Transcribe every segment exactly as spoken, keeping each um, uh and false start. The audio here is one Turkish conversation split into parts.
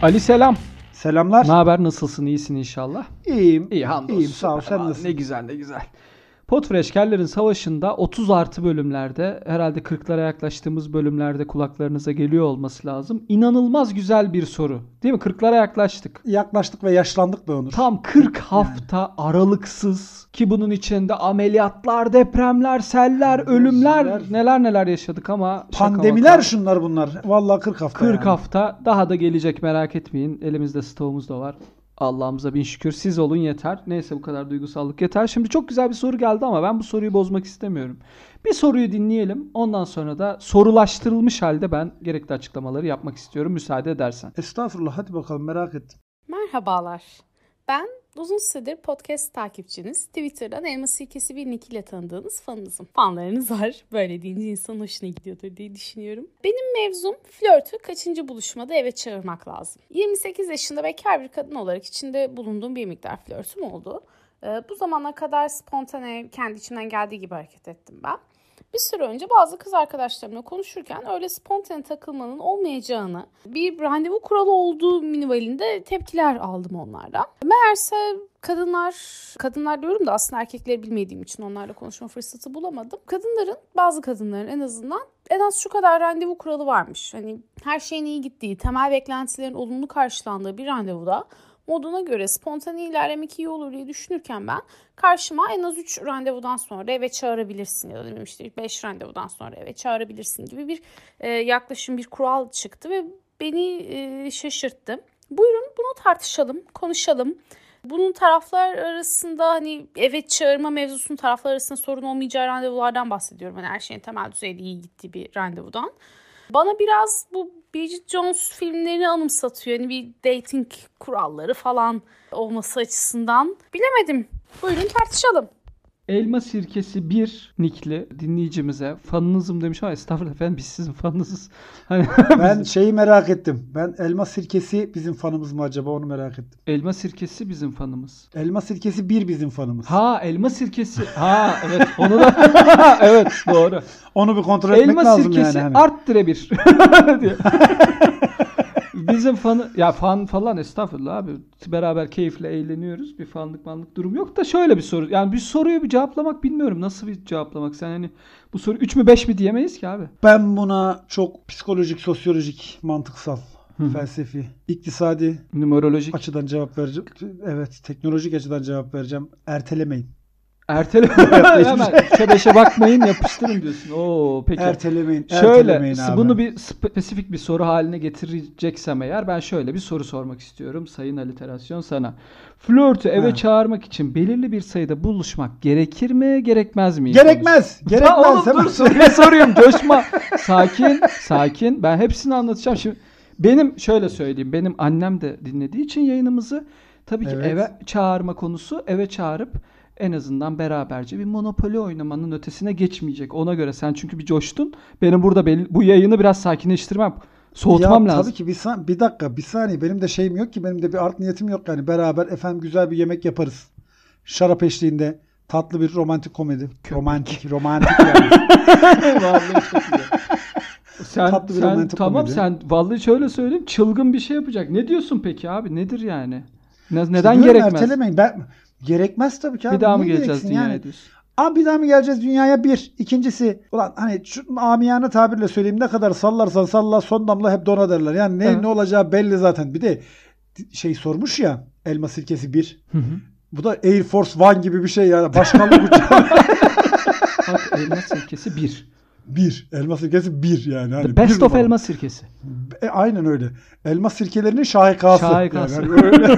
Ali selam. Selamlar. Ne haber? Nasılsın? İyisin inşallah. İyiyim. İyi hamdolsun. İyiyim sağ ol. Sen Aman, nasılsın? ne güzel ne güzel. Podfreşkerlerin Savaşı'nda otuz artı bölümlerde, herhalde kırklara yaklaştığımız bölümlerde kulaklarınıza geliyor olması lazım. İnanılmaz güzel bir soru. Değil mi? kırklara yaklaştık. Yaklaştık ve yaşlandık be Onur. Tam kırk hafta yani. Aralıksız ki bunun içinde ameliyatlar, depremler, seller, ölümler, Seller. neler neler yaşadık ama pandemiler şunlar bunlar. Vallahi kırk hafta. kırk yani. hafta daha da gelecek, merak etmeyin. Elimizde stoğumuz da var. Allah'ımıza bin şükür. Siz olun yeter. Neyse, bu kadar duygusallık yeter. Şimdi çok güzel bir soru geldi ama ben bu soruyu bozmak istemiyorum. Bir soruyu dinleyelim. Ondan sonra da sorulaştırılmış halde ben gerekli açıklamaları yapmak istiyorum. Müsaade edersen. Estağfurullah, hadi bakalım, merak ettim. Merhabalar. Ben uzun süredir podcast takipçiniz, Twitter'dan Elma Sirkesi bir nick ile tanıdığınız fanınızım. Fanlarınız var. Böyle deyince insanın hoşuna gidiyordur diye düşünüyorum. Benim mevzum flörtü kaçıncı buluşmada eve çağırmak lazım. yirmi sekiz yaşında bekar bir kadın olarak içinde bulunduğum bir miktar flörtüm oldu. Ee, bu zamana kadar spontane, kendi içimden geldiği gibi hareket ettim ben. Bir süre önce bazı kız arkadaşlarımla konuşurken öyle spontane takılmanın olmayacağını, bir randevu kuralı olduğu minvalinde tepkiler aldım onlardan. Meğerse kadınlar, kadınlar diyorum da aslında erkekleri bilmediğim için onlarla konuşma fırsatı bulamadım. Kadınların, bazı kadınların en azından en az şu kadar randevu kuralı varmış. Hani her şeyin iyi gittiği, temel beklentilerin olumlu karşılandığı bir randevuda moduna göre spontane ilerlemek iyi olur diye düşünürken ben karşıma en az üç randevudan sonra eve çağırabilirsin ya da işte beş randevudan sonra eve çağırabilirsin gibi bir e, yaklaşım, bir kural çıktı ve beni e, şaşırttı. Buyurun bunu tartışalım, konuşalım. Bunun taraflar arasında hani eve çağırma mevzusunun taraflar arasında sorun olmayacağı randevulardan bahsediyorum. Hani her şeyin temel düzeyde iyi gittiği bir randevudan. Bana biraz bu Bridget Jones filmlerini anımsatıyor. Yani bir dating kuralları falan olması açısından. Bilemedim. Buyurun tartışalım. Elma Sirkesi bir nickli dinleyicimize fanınızım demiş ama estağfurullah efendim, biz sizin fanınızız. Hani ben şeyi merak ettim. Ben Elma Sirkesi bizim fanımız mı acaba, onu merak ettim. Elma Sirkesi bizim fanımız. Elma Sirkesi bir bizim fanımız. Ha, Elma Sirkesi. Ha evet, onu da evet, doğru. Onu bir kontrol etmek Elma lazım yani. Elma Sirkesi hani. art dire bir. Bizim fanı, ya fan falan estağfurullah abi, beraber keyifle eğleniyoruz, bir fanlık manlık durum yok da şöyle bir soru, yani bir soruyu bir cevaplamak, bilmiyorum nasıl bir cevaplamak, sen hani bu soru üç mü beş mi diyemeyiz ki abi. Ben buna çok psikolojik, sosyolojik, mantıksal, Hı. felsefi, iktisadi, numerolojik açıdan cevap vereceğim. Evet, teknolojik açıdan cevap vereceğim. Ertelemeyin. Ertele. Hemen üçe beşe bakmayın, yapıştırın diyorsun. Oo peki. Ertelemeyin. Şöyle ertelemeyin abi. Bunu bir spesifik bir soru haline getireceksem eğer, ben şöyle bir soru sormak istiyorum Sayın Aliterasyon sana. Flörtü eve ha. çağırmak için belirli bir sayıda buluşmak gerekir mi, gerekmez mi? Gerekmez. Gerekmez. Ta oğlum, dur soruyu soruyorum. Coşma. Sakin. Sakin. Ben hepsini anlatacağım. Şimdi benim şöyle söyleyeyim. Benim annem de dinlediği için yayınımızı, tabii ki evet. eve çağırma konusu, eve çağırıp en azından beraberce bir Monopoly oynamanın ötesine geçmeyecek. Ona göre sen çünkü bir coştun. Benim burada belli, bu yayını biraz sakinleştirmem, soğutmam ya, lazım. Tabii ki bir, san- bir dakika bir saniye, benim de şeyim yok ki, benim de bir art niyetim yok yani. Beraber efendim güzel bir yemek yaparız. Şarap eşliğinde tatlı bir romantik komedi. Köpek. Romantik romantik yani. Vallahi çok güzel. Sen, tatlı bir sen romantik tamam komedi. sen vallahi şöyle söyleyeyim, çılgın bir şey yapacak. Ne diyorsun peki abi? Nedir yani? Ne, İşte neden diyorum, gerekmez? Ertelemeyin. Ben, gerekmez tabii ki abi. Bir daha mı Niye geleceğiz gereksin dünyaya yani? diyorsun? Abi bir daha mı geleceğiz dünyaya, bir. İkincisi, ulan hani şu amiyane tabirle söyleyeyim, ne kadar sallarsan salla son damla hep dona derler. Yani ne, Evet. ne olacağı belli zaten. Bir de şey sormuş ya, Elma Sirkesi bir. Hı hı. Bu da Air Force One gibi bir şey yani. Başkanlık uçağı. Bak, elma sirkesi bir. bir. Elma Sirkesi bir yani. Hani The best bir of numara. elma sirkesi. E, aynen öyle. Elma sirkelerinin şahikası. Şahikası. Yani öyle.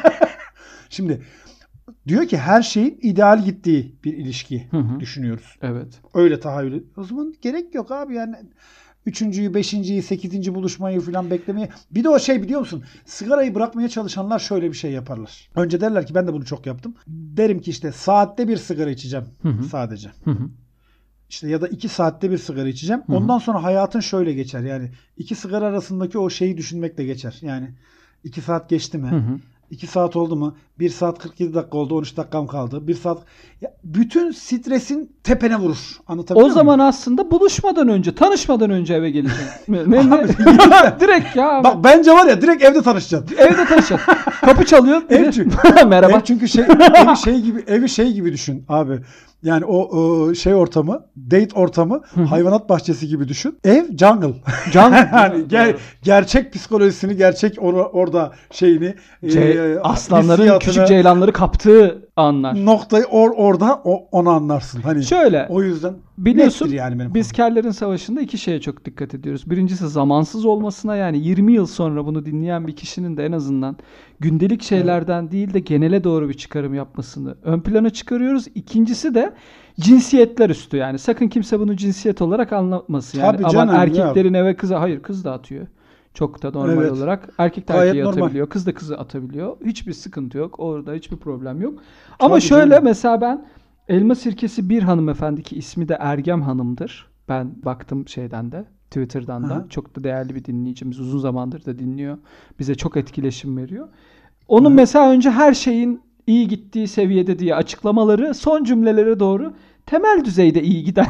Şimdi diyor ki her şeyin ideal gittiği bir ilişki Hı hı. düşünüyoruz. Evet. Öyle tahayyül. O zaman gerek yok abi yani. Üçüncüyü, beşinciyi, sekizinci buluşmayı falan beklemeye. Bir de o şey, biliyor musun? Sigarayı bırakmaya çalışanlar şöyle bir şey yaparlar. Önce derler ki, ben de bunu çok yaptım. Derim ki işte saatte bir sigara içeceğim Hı hı. sadece. Hı hı. İşte ya da iki saatte bir sigara içeceğim. Hı hı. Ondan sonra hayatın şöyle geçer. Yani iki sigara arasındaki o şeyi düşünmekle geçer. Yani iki saat geçti mi? Hı hı. iki saat oldu mu? bir saat kırk yedi dakika oldu. on üç dakikam kaldı. bir saat. Ya bütün stresin tepene vurur. Anlatabiliyor O muyum? zaman aslında buluşmadan önce, tanışmadan önce eve geleceksin. ne, ne, ne? Direkt ya. Bak bence var ya direkt evde tanışacaksın. Evde tanışacaksın. Kapı çalıyor. Ev çünkü, Merhaba. ev çünkü şey, evi şey gibi evi şey gibi düşün abi. Yani o, o şey ortamı, date ortamı, hayvanat bahçesi gibi düşün. Ev jungle. Jungle. yani Doğru. ger, gerçek psikolojisini, gerçek onu orada şeyini, Ce- e, aslanların hissiyatını, küçük ceylanları kaptığı anlar. noktayı or, orada o, onu anlarsın. Hani Şöyle. o yüzden Biliyorsun nettir yani benim biz konum. Kellerin Savaşı'nda iki şeye çok dikkat ediyoruz. Birincisi zamansız olmasına, yani yirmi yıl sonra bunu dinleyen bir kişinin de en azından gündelik şeylerden değil de genele doğru bir çıkarım yapmasını ön plana çıkarıyoruz. İkincisi de cinsiyetler üstü, yani sakın kimse bunu cinsiyet olarak anlatmasın. Yani Tabii aman canım, erkeklerin eve kıza, hayır, kız da atıyor. Çok da normal Evet. olarak. Erkek de Gayet erkeği normal. atabiliyor. Kız da kızı atabiliyor. Hiçbir sıkıntı yok. Orada hiçbir problem yok. Ama Tabii şöyle canım. mesela ben Elma Sirkesi bir hanımefendi ki ismi de Ergem Hanım'dır. Ben baktım şeyden de, Twitter'dan da. Aha. Çok da değerli bir dinleyicimiz. Uzun zamandır da dinliyor. Bize çok etkileşim veriyor. Onun mesela önce her şeyin iyi gittiği seviyede diye açıklamaları son cümlelere doğru temel düzeyde iyi giden.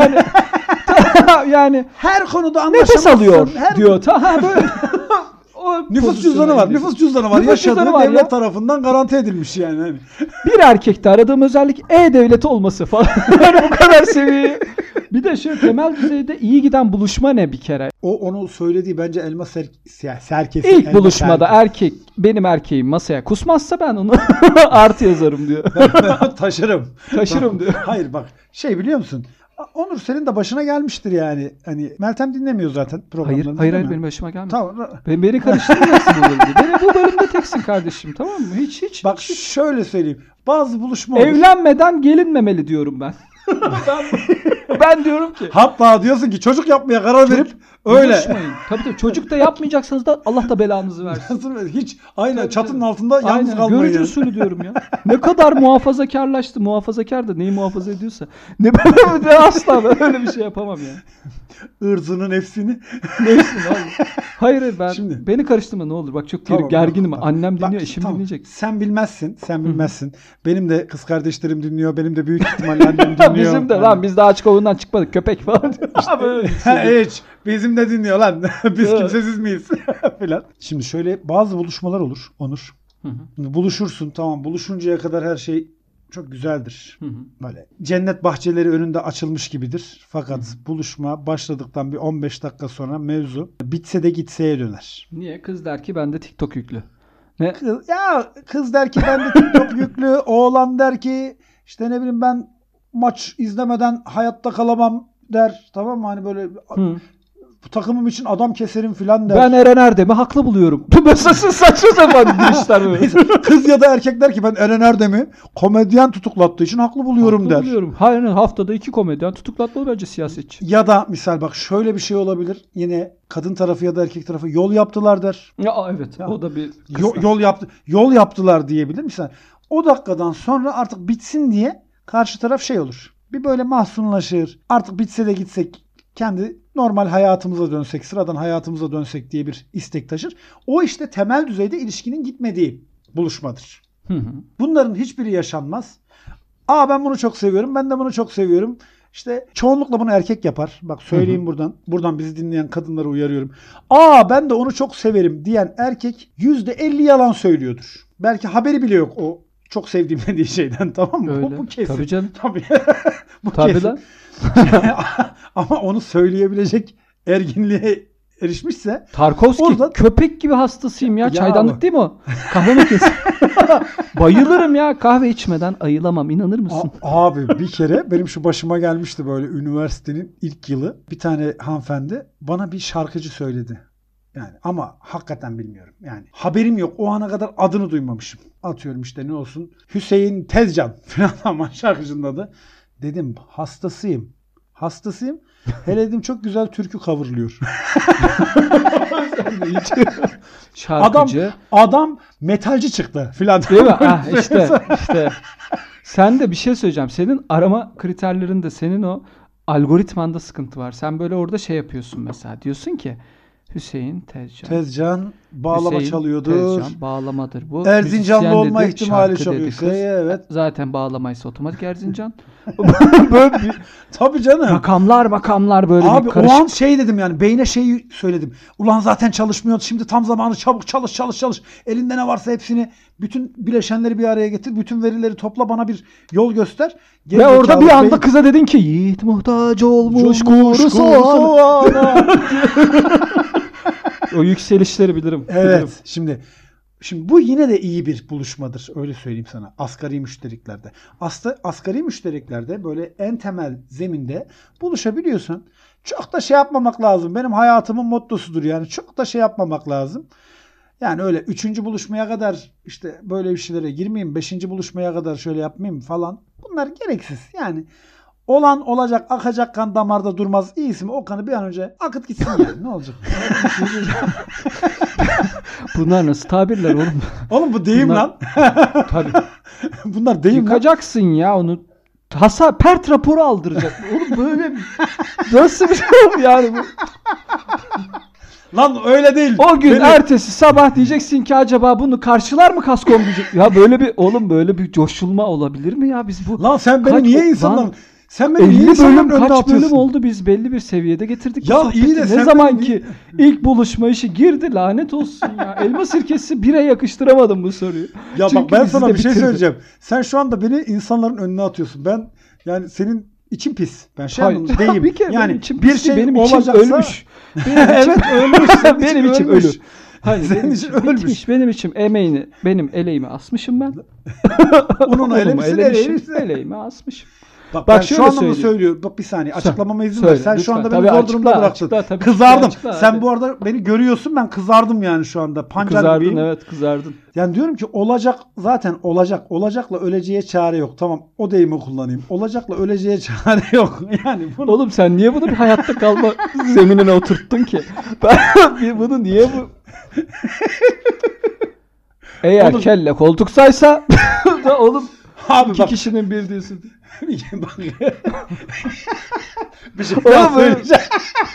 yani, yani Her konuda nefes anlaşamazsın. alıyor Her diyor. Ta böyle. O Nüfus pozisyona cüzdanı var. gidiyor. Nüfus cüzdanı var. Nüfus Yaşadığı cüzdanı var devlet ya. tarafından garanti edilmiş yani. Hani. Bir erkekte aradığım özellik E-Devleti olması falan. Yani bu kadar seviye. Bir de şu temel düzeyde iyi giden buluşma ne bir kere? O onu söylediği bence elma ser, ser- serkesi. İlk elma buluşmada serkesi. erkek, benim erkeğim masaya kusmazsa ben onu artı yazarım diyor. Taşırım. Taşırım diyor. Hayır bak şey biliyor musun? Onur senin de başına gelmiştir yani. Hani Meltem dinlemiyor zaten Hayır, programlarını. hayır, değil hayır mi? benim başıma gelmedi. Tamam. Ben, beni karıştırmıyorsun bu bölümde. Beni bu bölümde teksin kardeşim, tamam mı? Hiç hiç. Bak hiç. şöyle söyleyeyim. Bazı buluşma olur. Evlenmeden gelinmemeli diyorum ben. ben, ben diyorum ki Hatta diyorsun ki çocuk yapmaya karar verip öyle. buluşmayın. Tabii tabii, çocuk da yapmayacaksanız da Allah da belanızı versin. Hiç aynen Tabii, çatının tabii. altında yalnız Aynen, kalmayın. görücü yani. usulü diyorum ya. Ne kadar muhafazakarlaştı. Muhafazakar da neyi muhafaza ediyorsa. Ne böyle de asla ben öyle bir şey yapamam ya. Irzını, nefsini. Neyse abi. Hayır hayır, ben Şimdi- beni karıştırma ne olur. Bak çok Tamam, gerginim. tamam. Annem Bak, dinliyor, eşim tamam. dinleyecek. Sen bilmezsin. Sen bilmezsin. Benim de kız kardeşlerim dinliyor. Benim de büyük ihtimalle annem dinliyor. Bizim de lan biz daha açık oyundan çıkmadık köpek falan. İşte böyle. Hiç. Bizim de dinliyor lan. Biz Evet. kimsesiz miyiz? Falan. Şimdi şöyle bazı buluşmalar olur Onur. Hı hı. Şimdi buluşursun tamam. Buluşuncaya kadar her şey çok güzeldir. Hı hı. Böyle cennet bahçeleri önünde açılmış gibidir. Fakat buluşma başladıktan bir on beş dakika sonra mevzu bitse de gitseye döner. Niye? Kız der ki bende TikTok yüklü. Ne? Kız, ya kız der ki ben de TikTok yüklü. Oğlan der ki işte ne bileyim ben maç izlemeden hayatta kalamam der. Tamam mı? Hani böyle Hı. bu takımım için adam keserim filan der. Ben Eren Erdem'i haklı buluyorum. Bu mesela saçma sapan girişler böyle. Kız ya da erkek der ki ben Eren Erdem'i komedyen tutuklattığı için haklı buluyorum Haklı der. buluyorum. Hayır, haftada iki komedyen tutuklatmalı bence siyasetçi. Ya da misal bak şöyle bir şey olabilir. Yine kadın tarafı ya da erkek tarafı yol yaptılar der. Ya evet, Ya. o da bir Yo- kıstas. yol yaptı yol yaptılar diyebilir misal. O dakikadan sonra artık bitsin diye karşı taraf şey olur. Bir böyle mahzunlaşır. Artık bitse de gitsek kendi normal hayatımıza dönsek, sıradan hayatımıza dönsek diye bir istek taşır. O işte temel düzeyde ilişkinin gitmediği buluşmadır. Hı hı. Bunların hiçbiri yaşanmaz. Aa ben bunu çok seviyorum. Ben de bunu çok seviyorum. İşte çoğunlukla bunu erkek yapar. Bak söyleyeyim buradan. Buradan bizi dinleyen kadınları uyarıyorum. Aa ben de onu çok severim diyen erkek yüzde elli yalan söylüyordur. Belki haberi bile yok o çok sevdiğim dediği şeyden, tamam mı? Öyle. Bu, bu kesin. Tabii canım. Tabii. bu Tabii kesin. lan. Ama onu söyleyebilecek erginliğe erişmişse Tarkovski Orada- köpek gibi hastasıyım ya. Ya Çaydanlık bu. değil mi o? Kahve makinesi. Bayılırım ya. Kahve içmeden ayılamam. İnanır mısın? A- abi bir kere benim şu başıma gelmişti böyle üniversitenin ilk yılı. Bir tane hanımefendi bana bir şarkıcı söyledi. Yani ama hakikaten bilmiyorum. Yani haberim yok. O ana kadar adını duymamışım. Atıyorum işte ne olsun. Hüseyin Tezcan falan ama şarkıcının adı. Dedim hastasıyım. Hastasıyım. Hele dedim çok güzel türkü coverlıyor. Şarkıcı. Adam adam metalci çıktı filan. Değil mi? Ah, işte, işte. Sen de bir şey söyleyeceğim. Senin arama kriterlerinde, senin o algoritmanda sıkıntı var. Sen böyle orada şey yapıyorsun mesela. Diyorsun ki Hüseyin Tezcan. Tezcan bağlama Hüseyin çalıyordur. Tezcan bağlamadır bu. Erzincanlı Müzisyen olma dedi, ihtimali şarkı çok dedi yüksek. kız. Evet. Zaten bağlamaysa otomatik Erzincan. Böyle bir Tabii canım. rakamlar makamlar böyle Abi bir o karışık. an şey dedim yani beyne şeyi söyledim. Ulan zaten çalışmıyor. Şimdi tam zamanı, çabuk çalış çalış çalış. Elinde ne varsa hepsini, bütün bileşenleri bir araya getir. Bütün verileri topla, bana bir yol göster. Geri Ve orada zekalı bir anda beyin- kıza dedin ki yiğit muhtaç olmuş Coşmuş kuru soğan. soğana. O yükselişleri bilirim. Evet. bilirim. Şimdi şimdi bu yine de iyi bir buluşmadır. Öyle söyleyeyim sana. Asgari müşteriklerde. Aslı, asgari müşteriklerde böyle en temel zeminde buluşabiliyorsan çok da şey yapmamak lazım. Benim hayatımın mottosudur yani. Çok da şey yapmamak lazım. Yani öyle üçüncü buluşmaya kadar işte böyle bir şeylere girmeyeyim. Beşinci buluşmaya kadar şöyle yapmayayım falan. Bunlar gereksiz. Yani olan olacak, akacak kan damarda durmaz. İyisi mi o kanı bir an önce akıt gitsin yani. Ne olacak? Bunlar nasıl tabirler oğlum? Oğlum bu deyim Bunlar- lan. Tabii. Bunlar deyim lan. Yıkacaksın ya onu. Hasar pert raporu aldıracak. Oğlum böyle nasıl bir şey yani bu? Lan öyle değil. O gün Benim- ertesi sabah diyeceksin ki acaba bunu karşılar mı kaskom diyecek. Ya böyle bir oğlum böyle bir coşulma olabilir mi ya biz bu? Lan sen beni Kaç- niye lan insanların sen beni niye elli insanların bölüm önüne kaç atıyorsun? bölüm oldu biz belli bir seviyede getirdik. bu Ya sohbeti. iyi de sen ne zaman beni ki ilk buluşma işi girdi lanet olsun ya. Elma sirkesi bire yakıştıramadım bu soruyu. Ya Çünkü bak ben bizi sana de bir şey bitirdi. söyleyeceğim. Sen şu anda beni insanların önüne atıyorsun. Ben yani senin için pis. Ben şey Hayır. anladım deyim. Bir kere yani benim içim bir pisli, şey benim içim olacaksa ölmüş. Benim içim evet ölmüş. Senin için benim içim ölmüş. ölü. Hayır, Senin benim için içim ölmüş. bitmiş. Benim içim emeğini, benim eleğimi asmışım ben. Onun Onumu elemişsin, elemişim, elemişsin. eleğimi asmışım. Bak, Bak ben şöyle şu anda mı söyleyeyim. söylüyorum? Bak bir saniye açıklamama izin ver. Söyle, Sen şu lütfen. anda beni Tabii zor açıkla, durumda bıraktın. açıkla, tabii, kızardım. açıkla, Sen hadi. bu arada beni görüyorsun, ben kızardım yani şu anda. Pancar Kızardın gibiyim. evet kızardın. Yani diyorum ki olacak zaten olacak. Olacakla öleceğe çare yok. Tamam o deyimi kullanayım. Olacakla öleceğe çare yok. Yani bunu... Oğlum sen niye bunu bir hayatta kalma zeminine oturttun ki? Ben bir bunu niye bu... Eğer Oğlum- kelle koltuksaysa da oğlum Abi iki bak. kişinin bildiğisi. Bak. bir şey Oğlum daha böyle- söyleyeceğim.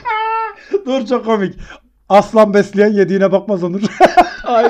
Dur çok komik. Aslan besleyen yediğine bakmaz Onur. Ay.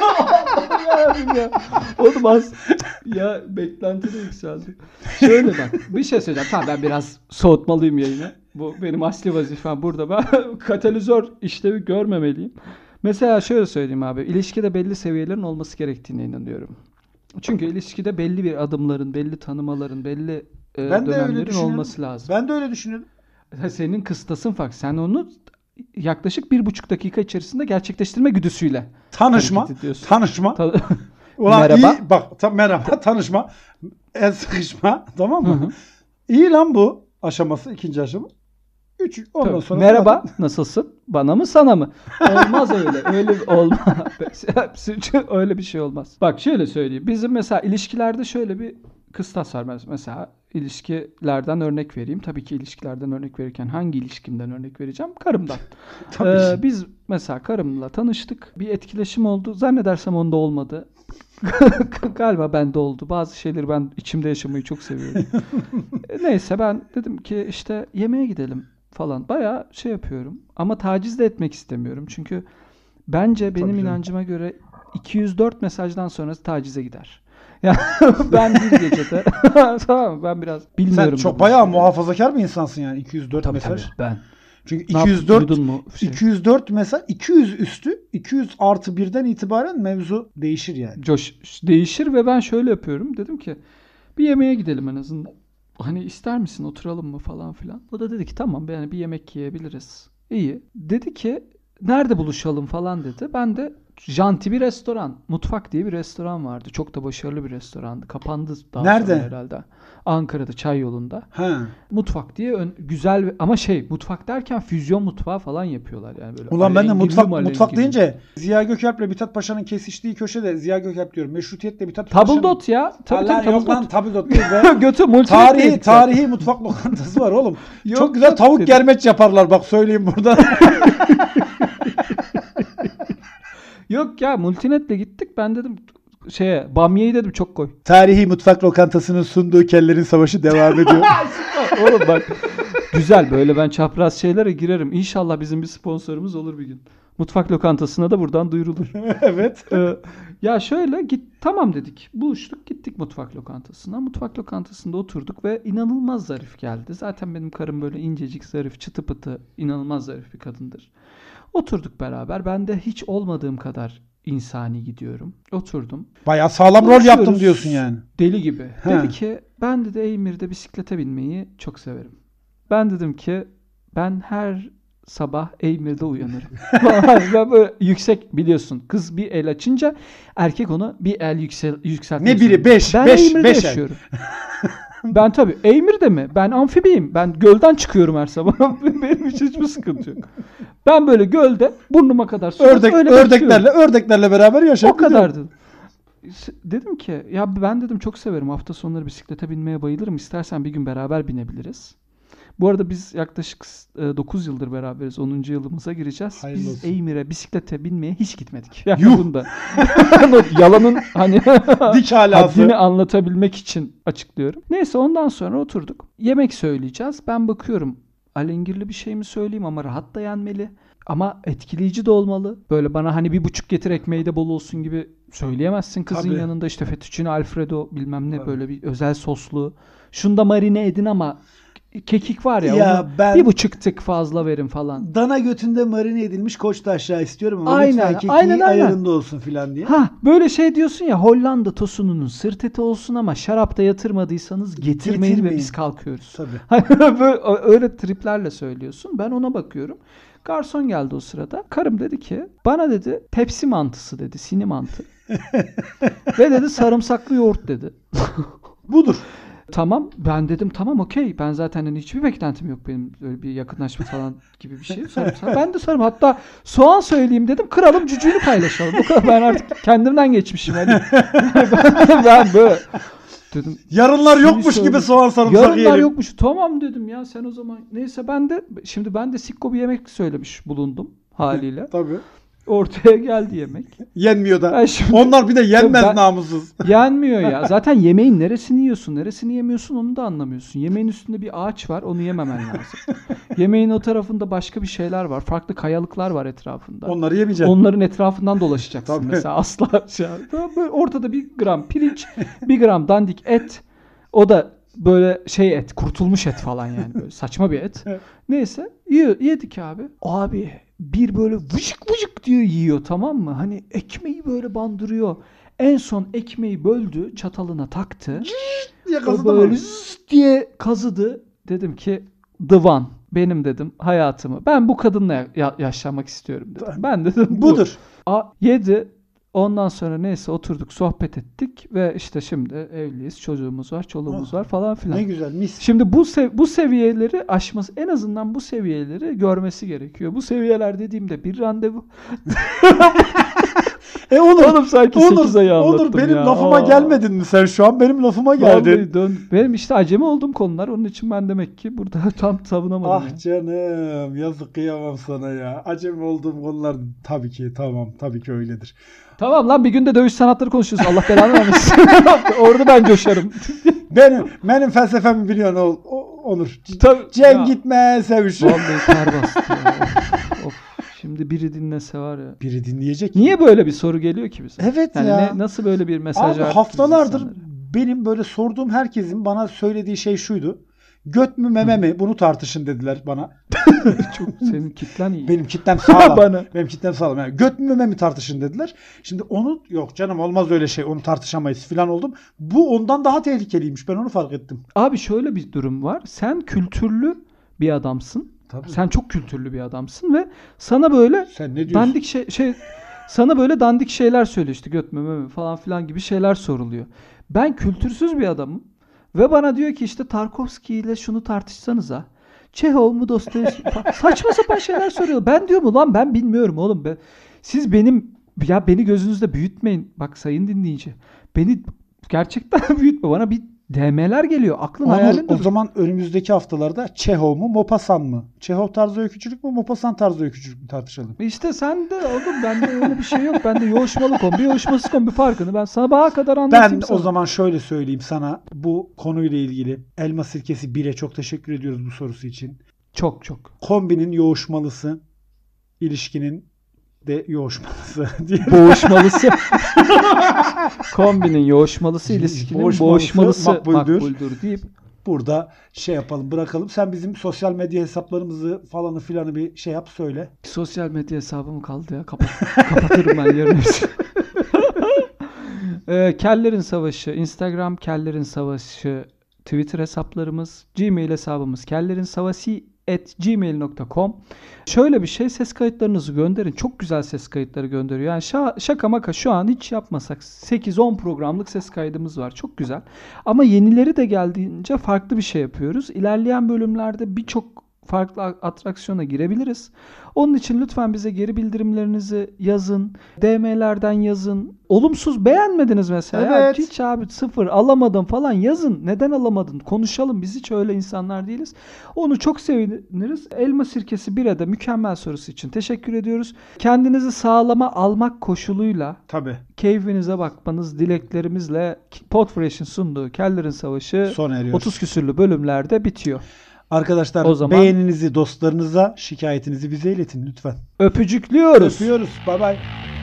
Yarabbim ya. Oğlum az ya beklenti de yükseldi. Şöyle bak bir şey söyleyeceğim. Tamam ben biraz soğutmalıyım yayını. Bu benim asli vazifem burada. Ben katalizör işlevi görmemeliyim. Mesela şöyle söyleyeyim abi. İlişkide belli seviyelerin olması gerektiğine inanıyorum. Çünkü ilişkide belli bir adımların, belli tanımaların, belli e, Ben de öyle dönemlerin düşünüyorum. olması lazım. Ben de öyle düşünüyordum. Ha, senin kıstasın farklı. Sen onu yaklaşık bir buçuk dakika içerisinde gerçekleştirme güdüsüyle Tanışma. hareket ediyorsun. Tanışma. Ta- Ulan Merhaba. iyi bak ta, merhaba tanışma. El sıkışma. Tamam mı? Hı hı. İyi lan bu aşaması. ikinci aşama. Üç. Ondan Tabii. sonra Merhaba, zaten- nasılsın? Bana mı sana mı? Olmaz öyle. Öyle bir- olmaz. Öyle bir şey olmaz. Bak şöyle söyleyeyim. Bizim mesela ilişkilerde şöyle bir kıstas var. Mesela ilişkilerden örnek vereyim. Tabii ki ilişkilerden örnek verirken hangi ilişkimden örnek vereceğim? Karımdan. Tabii Ee, ki. biz mesela karımla tanıştık. Bir etkileşim oldu. Zannedersem onda olmadı. Galiba bende oldu. Bazı şeyleri ben içimde yaşamayı çok seviyorum. E, Neyse ben dedim ki işte yemeğe gidelim falan. Bayağı şey yapıyorum. Ama taciz de etmek istemiyorum. Çünkü bence benim canım. inancıma göre iki yüz dört mesajdan sonrası tacize gider. Yani ben bir gecede tamam mı? Ben biraz bilmiyorum. Sen çok da bu bayağı şeyleri. muhafazakar bir insansın yani. iki yüz dört Tabii mesaj. tabii ben. Çünkü Ne iki yüz dört yaptın, duydun mu? Şey, iki yüz dört mesaj iki yüz üstü iki yüz artı birden itibaren mevzu değişir yani. coş değişir ve ben şöyle yapıyorum. Dedim ki bir yemeğe gidelim en azından. Hani ister misin oturalım mı falan filan. O da dedi ki tamam yani bir yemek yiyebiliriz. İyi. Dedi ki nerede buluşalım falan dedi. Ben de janti bir restoran. Mutfak diye bir restoran vardı. Çok da başarılı bir restorandı. Kapandı daha Nerede? sonra herhalde. Ankara'da Çay yolunda. Ha. Mutfak diye ön- güzel ve- ama şey mutfak derken füzyon mutfağı falan yapıyorlar yani böyle. Ulan ben de alengirli mutfak malengirli. mutfak deyince Ziya Gökalp'le Mithat Paşa'nın kesiştiği köşede Ziya Gökalp diyorum. Meşrutiyetle Mithat Paşa'nın. Tabldot ya. Tabii Allah tabii yok lan tabldot. tabldot değil be. Götü multimetre Tarihi yedikler. tarihi mutfak lokantası var oğlum. Yok, Çok güzel yok tavuk dedim. germeç yaparlar bak söyleyeyim burada. Yok ya multinetle gittik. Ben dedim şeye bamyeyi dedim çok koy. Tarihi mutfak lokantasının sunduğu kellerin savaşı devam ediyor. Oğlum bak Güzel, böyle ben çapraz şeylere girerim. İnşallah bizim bir sponsorumuz olur bir gün. Mutfak lokantasına da buradan duyurulur. Evet. Ee, ya şöyle git, tamam dedik. Buluştuk, gittik mutfak lokantasına. Mutfak lokantasında oturduk ve inanılmaz zarif geldi. Zaten benim karım böyle incecik, zarif, çıtı pıtı, inanılmaz zarif bir kadındır. Oturduk beraber. Ben de hiç olmadığım kadar insani gidiyorum. Oturdum. Bayağı sağlam rol Konuşuyoruz. yaptım diyorsun yani. Deli gibi. He. Dedi ki ben dedi Eymir'de bisiklete binmeyi çok severim. Ben dedim ki ben her sabah Eymir'de uyanırım. Ben böyle yüksek, biliyorsun kız bir el açınca erkek onu bir el yüksel, yükseltmek Ne biri? zorunda. Beş, Ben beş, Eymir'de beş el. yaşıyorum. Ben tabii Eymir'de mi? Ben amfibiyim. Ben gölden çıkıyorum her sabah. Benim için hiçbir sıkıntı yok. Ben böyle gölde burnuma kadar su Ördek, öyle ördeklerle bekliyorum. ördeklerle beraber yaşayıp O kadar dedim. Dedim ki ya ben dedim çok severim. Hafta sonları bisiklete binmeye bayılırım. İstersen bir gün beraber binebiliriz. Bu arada biz yaklaşık dokuz yıldır beraberiz. onuncu yılımıza gireceğiz. Hayırlı Biz olsun. Eymir'e bisiklete binmeye hiç gitmedik. Yani Yuh! bunda. Yalanın hani Dik halası. haddini anlatabilmek için açıklıyorum. Neyse ondan sonra oturduk. Yemek söyleyeceğiz. Ben bakıyorum alengirli bir şey mi söyleyeyim ama rahat da yenmeli. Ama etkileyici de olmalı. Böyle bana hani bir buçuk getir ekmeği de bol olsun gibi söyleyemezsin kızın Tabii. yanında. İşte fettuccine alfredo bilmem ne Tabii. böyle bir özel soslu. Şunu da marine edin ama kekik var ya, Ya onu ben- bir buçuk tık fazla verin falan. Dana götünde marine edilmiş koçta aşağı istiyorum ama Aynen, lütfen kekiği aynen, aynen. ayarında olsun filan diye. Ha böyle şey diyorsun ya, Hollanda tosununun sırt eti olsun ama şarapta yatırmadıysanız getirmeyin ve Getirmeyin. biz kalkıyoruz. Tabii. Böyle, öyle triplerle söylüyorsun. Ben ona bakıyorum. Garson geldi o sırada. Karım dedi ki bana dedi tepsi mantısı dedi. Sini mantı. Ve dedi sarımsaklı yoğurt dedi. Budur. Tamam ben dedim tamam okey. Ben zaten hani hiçbir beklentim yok benim öyle bir yakınlaşma falan gibi bir şey. Sarımsak. Ben de sarım hatta soğan söyleyeyim dedim. Kıralım cücüğünü paylaşalım. Bu kadar ben artık kendimden geçmişim. Hani. ben, ben böyle dedim. Yarınlar Seni yokmuş söyle- gibi soğan sarımsak Yarınlar yiyelim. yokmuş. Tamam dedim ya sen o zaman. Neyse ben de şimdi ben de sikko bir yemek söylemiş bulundum haliyle. Tabii. Ortaya geldi yemek. Yenmiyor da. Ben şimdi- Onlar bir de yenmez Ben- namussuz. Yenmiyor ya. Zaten yemeğin neresini yiyorsun, neresini yemiyorsun onu da anlamıyorsun. Yemeğin üstünde bir ağaç var, onu yememen lazım. Yemeğin o tarafında başka bir şeyler var. Farklı kayalıklar var etrafında. Onları yemeyeceksin. Onların etrafından dolaşacaksın Tabii. mesela. Asla şey. Böyle ortada bir gram pirinç, bir gram dandik et. O da böyle şey et, kurtulmuş et falan yani. Böyle saçma bir et. Neyse yiyor, yedik abi. Abi bir böyle vıcık vıcık diyor yiyor, tamam mı? Hani ekmeği böyle bandırıyor. En son ekmeği böldü, çatalına taktı. diye O kazıdı böyle mı? zzz diye kazıdı. Dedim ki the one. Benim dedim hayatımı. Ben bu kadınla ya- yaşamak istiyorum dedim. Ben dedim bu. Budur. A, yedi. Ondan sonra neyse oturduk, sohbet ettik ve işte şimdi evliyiz, çocuğumuz var, çoluğumuz var falan filan. Ne güzel mis. Şimdi bu sev- bu seviyeleri aşması, en azından bu seviyeleri görmesi gerekiyor. Bu seviyeler dediğimde bir randevu. E Onur, Oğlum sanki sekiz ayı Onur, anlattım Onur benim ya. lafıma Aa. gelmedin mi sen şu an? Benim lafıma geldin. Vallahi dön. Benim işte acemi olduğum konular, onun için ben demek ki burada tam savunamadım. Ah ya. canım yazık kıyamam sana ya. Acemi olduğum konular tabii ki tamam tabii ki öyledir. Tamam lan bir günde dövüş sanatları konuşuyoruz. Allah belanı vermesin. Orada ben coşarım. Benim benim felsefemi biliyorsun o, o- Onur. Tabii. Cem Ya. gitme sevişir. Vallahi ter bastı ya. Of, of. Şimdi biri dinlese var ya. Biri dinleyecek. Niye böyle bir soru geliyor ki bize? Evet yani ya. Ne, nasıl böyle bir mesaj Abi verdik haftalardır biz insanlara? benim böyle sorduğum herkesin bana söylediği şey şuydu. Göt mü meme mi? Bunu tartışın dediler bana. Çok senin kitlen iyi. Benim kitlem sağlam. Bana. Benim kitlem sağlam. Yani göt mü meme mi tartışın dediler. Şimdi onu yok canım olmaz öyle şey. Onu tartışamayız falan oldum. Bu ondan daha tehlikeliymiş. Ben onu fark ettim. Abi şöyle bir durum var. Sen kültürlü bir adamsın. Tabii. Sen çok kültürlü bir adamsın ve sana böyle Sen ne diyorsun? dandik şey, şey sana böyle dandik şeyler söylüyor işte göt mü meme mi falan filan gibi şeyler soruluyor. Ben kültürsüz bir adamım ve bana diyor ki işte Tarkovski ile şunu tartışsanıza. Çehov mu Dostoyevski falan. Saçma sapan şeyler soruyor. Ben diyorum ulan ben bilmiyorum oğlum. Ben, siz benim ya beni gözünüzde büyütmeyin. Bak sayın dinleyici. Beni gerçekten büyütme. Bana bir D M'ler geliyor. Aklın Onur, hayalin o durur. zaman önümüzdeki haftalarda Çehov mu Maupassant mı? Çehov tarzı öykücülük mü Maupassant tarzı öykücülük mü tartışalım. İşte sen de oğlum, bende öyle bir şey yok. Bende yoğuşmalı kombi, yoğuşmasız kombi farkını ben sabaha kadar anlatayım Ben sana. o zaman şöyle söyleyeyim sana, bu konuyla ilgili Elma Sirkesi bir'e çok teşekkür ediyoruz bu sorusu için. Çok çok. Kombinin yoğuşmalısı, ilişkinin de yoğuşmalısı diye. Boğuşmalısı. Kombinin yoğuşmalısı, ilişkinin Boğuşmalısı boğuşmalısı makbuldür. makbuldür deyip Burada şey yapalım, bırakalım. Sen bizim sosyal medya hesaplarımızı falanı filanı bir şey yap, söyle. sosyal medya hesabım kaldı ya. Kapat kapatırım ben yarın hepsini. Ee, Kellerin Savaşı, Instagram Kellerin Savaşı, Twitter hesaplarımız, Gmail hesabımız kellerinsavasi at gmail nokta com. Şöyle bir şey, ses kayıtlarınızı gönderin. Çok güzel ses kayıtları gönderiyor. Yani şa- şaka maka şu an hiç yapmasak sekiz on programlık ses kaydımız var. Çok güzel. Ama yenileri de geldiğince farklı bir şey yapıyoruz. İlerleyen bölümlerde birçok farklı atraksiyona girebiliriz. Onun için lütfen bize geri bildirimlerinizi yazın. D M'lerden yazın. Olumsuz beğenmediniz mesela. Ya Evet. hiç abi sıfır alamadım falan yazın. Neden alamadın? Konuşalım. Biz hiç öyle insanlar değiliz. Onu çok seviniriz. Elma Sirkesi bir'e de mükemmel sorusu için teşekkür ediyoruz. Kendinizi sağlama almak koşuluyla Tabii. keyfinize bakmanız dileklerimizle Podfresh'in sunduğu Kellerin Savaşı Sona eriyor. otuz küsürlü bölümlerde bitiyor. Arkadaşlar O zaman- beğeninizi dostlarınıza, şikayetinizi bize iletin lütfen. Öpücüklüyoruz. Öpüyoruz. Bay bay.